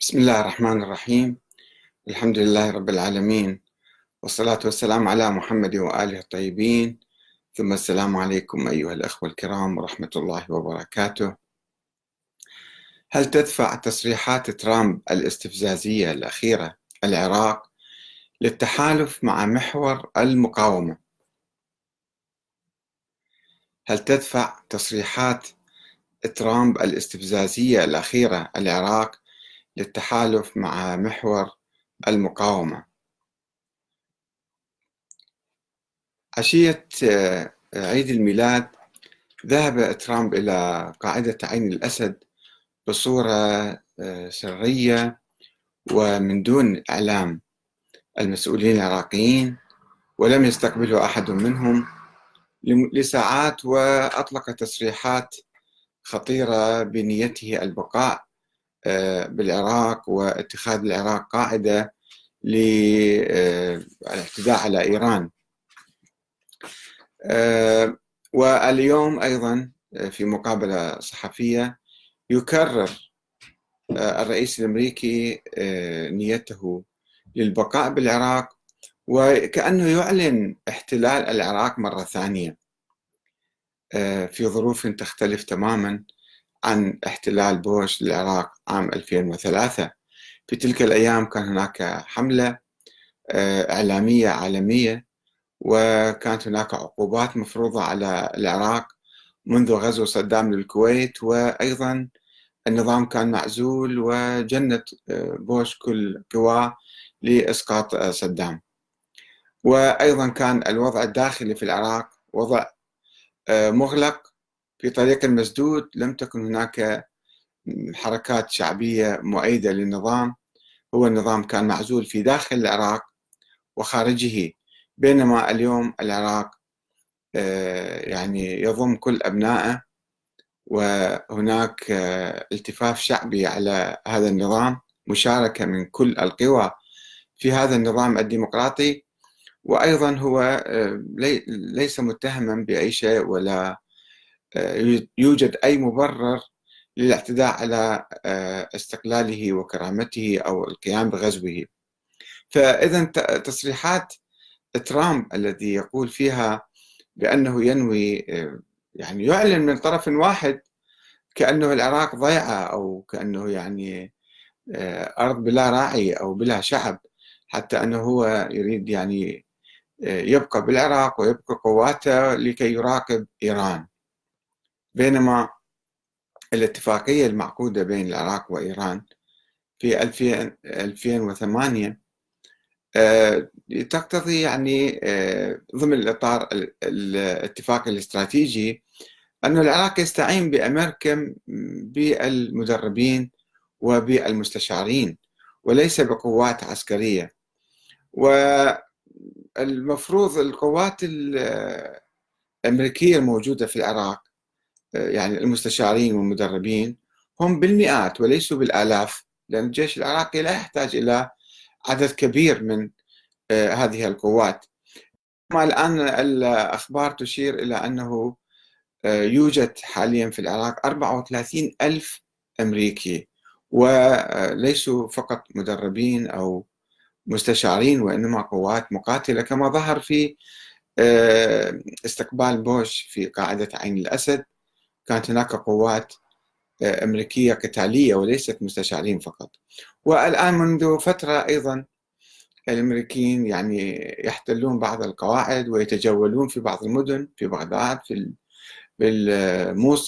بسم الله الرحمن الرحيم. الحمد لله رب العالمين، والصلاة والسلام على محمد وآله الطيبين، ثم السلام عليكم أيها الأخوة الكرام ورحمة الله وبركاته. هل تدفع تصريحات ترامب الاستفزازية الأخيرة العراق للتحالف مع محور المقاومة؟ هل تدفع تصريحات ترامب الاستفزازية الأخيرة العراق للتحالف مع محور المقاومة؟ عشية عيد الميلاد ذهب ترامب إلى قاعدة عين الأسد بصورة سرية ومن دون إعلام المسؤولين العراقيين، ولم يستقبله أحد منهم لساعات، وأطلق تصريحات خطيرة بنيته البقاء بالعراق واتخاذ العراق قاعدة للاعتداء على إيران. واليوم أيضا في مقابلة صحفية يكرر الرئيس الأمريكي نيته للبقاء بالعراق، وكأنه يعلن احتلال العراق مرة ثانية في ظروف تختلف تماما عن احتلال بوش للعراق عام 2003. في تلك الأيام كان هناك حملة إعلامية عالمية، وكانت هناك عقوبات مفروضة على العراق منذ غزو صدام للكويت، وأيضا النظام كان معزول وجند بوش كل قواه لإسقاط صدام. وأيضا كان الوضع الداخلي في العراق وضع مغلق في طريق مسدود، لم تكن هناك حركات شعبية مؤيدة للنظام. هو النظام كان معزول في داخل العراق وخارجه، بينما اليوم العراق يعني يضم كل أبنائه، وهناك التفاف شعبي على هذا النظام، مشاركة من كل القوى في هذا النظام الديمقراطي. وأيضا هو ليس متهما بأي شيء، ولا يوجد أي مبرر للاعتداء على استقلاله وكرامته أو القيام بغزوه. فإذا تصريحات ترامب الذي يقول فيها بأنه ينوي يعني يعلن من طرف واحد كأنه العراق ضيعة، أو كأنه يعني أرض بلا راعي أو بلا شعب، حتى أنه هو يريد يعني يبقى بالعراق ويبقى قواته لكي يراقب إيران، بينما الاتفاقية المعقودة بين العراق وإيران في 2008 تقتضي يعني ضمن الإطار الاتفاق الاستراتيجي أن العراق يستعين بأمريكا بالمدربين وبالمستشارين، وليس بقوات عسكرية. والمفروض القوات الأمريكية الموجودة في العراق، يعني المستشارين والمدربين، هم بالمئات وليسوا بالآلاف، لأن الجيش العراقي لا يحتاج إلى عدد كبير من هذه القوات. ما الآن الأخبار تشير إلى أنه يوجد حاليا في العراق 34 ألف أمريكي، وليسوا فقط مدربين أو مستشارين، وإنما قوات مقاتلة، كما ظهر في استقبال بوش في قاعدة عين الأسد. كانت هناك قوات أمريكية قتالية وليست مستشارين فقط. والآن منذ فترة أيضا الأمريكيين يعني يحتلون بعض القواعد ويتجولون في بعض المدن، في بغداد، في الموصل.